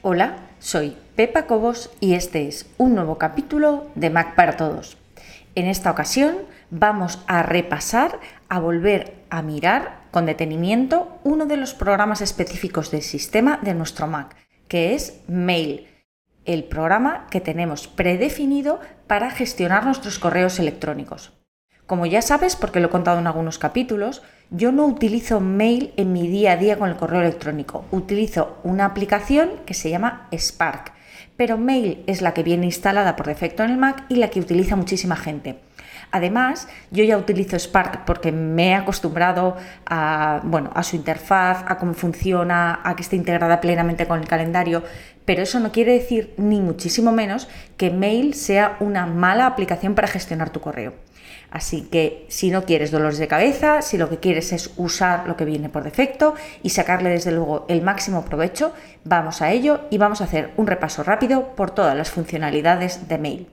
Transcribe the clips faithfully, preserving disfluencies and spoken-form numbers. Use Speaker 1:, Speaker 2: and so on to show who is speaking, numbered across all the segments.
Speaker 1: Hola, soy Pepa Cobos y este es un nuevo capítulo de Mac para Todos. En esta ocasión vamos a repasar, a volver a mirar con detenimiento uno de los programas específicos del sistema de nuestro Mac, que es Mail, el programa que tenemos predefinido para gestionar nuestros correos electrónicos. Como ya sabes, porque lo he contado en algunos capítulos, yo no utilizo Mail en mi día a día con el correo electrónico. Utilizo una aplicación que se llama Spark, pero Mail es la que viene instalada por defecto en el Mac y la que utiliza muchísima gente. Además, yo ya utilizo Spark porque me he acostumbrado a, bueno, a su interfaz, a cómo funciona, a que esté integrada plenamente con el calendario, pero eso no quiere decir, ni muchísimo menos, que Mail sea una mala aplicación para gestionar tu correo. Así que si no quieres dolores de cabeza, si lo que quieres es usar lo que viene por defecto y sacarle desde luego el máximo provecho, vamos a ello y vamos a hacer un repaso rápido por todas las funcionalidades de Mail.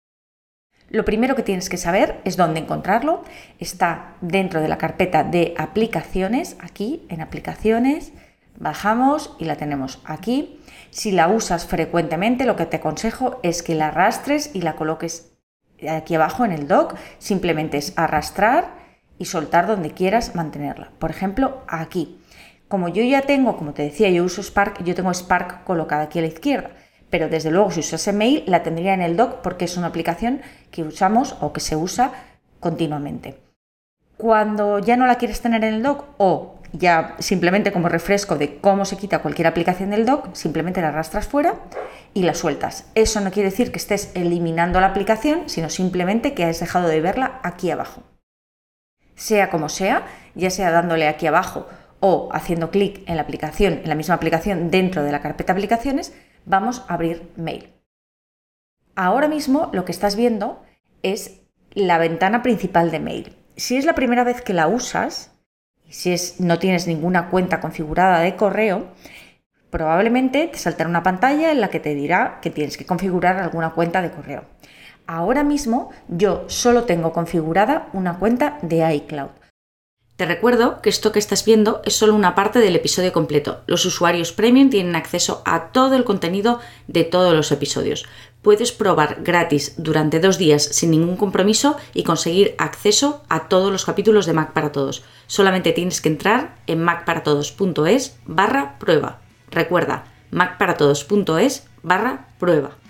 Speaker 1: Lo primero que tienes que saber es dónde encontrarlo. Está dentro de la carpeta de aplicaciones, aquí en aplicaciones, bajamos y la tenemos aquí. Si la usas frecuentemente, lo que te aconsejo es que la arrastres y la coloques aquí abajo en el dock. Simplemente es arrastrar y soltar donde quieras mantenerla. Por ejemplo, aquí. Como yo ya tengo, como te decía, yo uso Spark, yo tengo Spark colocada aquí a la izquierda. Pero desde luego, si usase Mail, la tendría en el dock porque es una aplicación que usamos o que se usa continuamente. Cuando ya no la quieres tener en el dock o ya simplemente como refresco de cómo se quita cualquier aplicación del dock, simplemente la arrastras fuera y la sueltas. Eso no quiere decir que estés eliminando la aplicación, sino simplemente que has dejado de verla aquí abajo. Sea como sea, ya sea dándole aquí abajo o haciendo clic en la aplicación, en la misma aplicación dentro de la carpeta aplicaciones, vamos a abrir Mail. Ahora mismo lo que estás viendo es la ventana principal de Mail. Si es la primera vez que la usas, si es, no tienes ninguna cuenta configurada de correo, probablemente te saltará una pantalla en la que te dirá que tienes que configurar alguna cuenta de correo. Ahora mismo yo solo tengo configurada una cuenta de iCloud. Te recuerdo que esto que estás viendo es solo una parte del episodio completo. Los usuarios premium tienen acceso a todo el contenido de todos los episodios. Puedes probar gratis durante dos días sin ningún compromiso y conseguir acceso a todos los capítulos de Mac para Todos. Solamente tienes que entrar en macparatodos.es barra prueba. Recuerda, macparatodos.es barra prueba.